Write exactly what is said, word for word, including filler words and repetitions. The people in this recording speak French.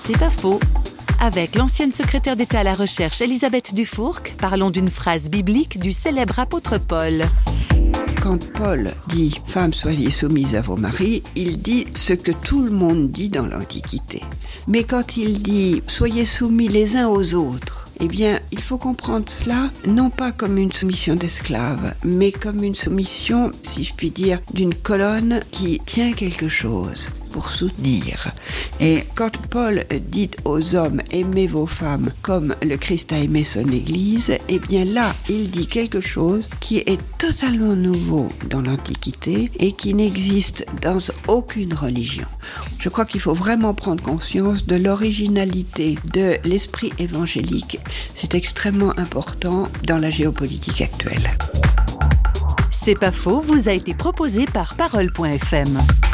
C'est pas faux. Avec l'ancienne secrétaire d'État à la Recherche Elisabeth Dufourcq, parlons d'une phrase biblique du célèbre apôtre Paul. Quand Paul dit « Femmes, soyez soumises à vos maris », il dit ce que tout le monde dit dans l'Antiquité. Mais quand il dit « Soyez soumis les uns aux autres », eh bien, il faut comprendre cela non pas comme une soumission d'esclaves, mais comme une soumission, si je puis dire, d'une colonne qui tient quelque chose pour soutenir. Et quand Paul dit aux hommes « Aimez vos femmes comme le Christ a aimé son Église », eh bien là, il dit quelque chose qui est totalement nouveau dans l'Antiquité et qui n'existe dans aucune religion. Je crois qu'il faut vraiment prendre conscience de l'originalité de l'esprit évangélique. C'est extrêmement important dans la géopolitique actuelle. C'est pas faux, vous a été proposé par Parole point F M.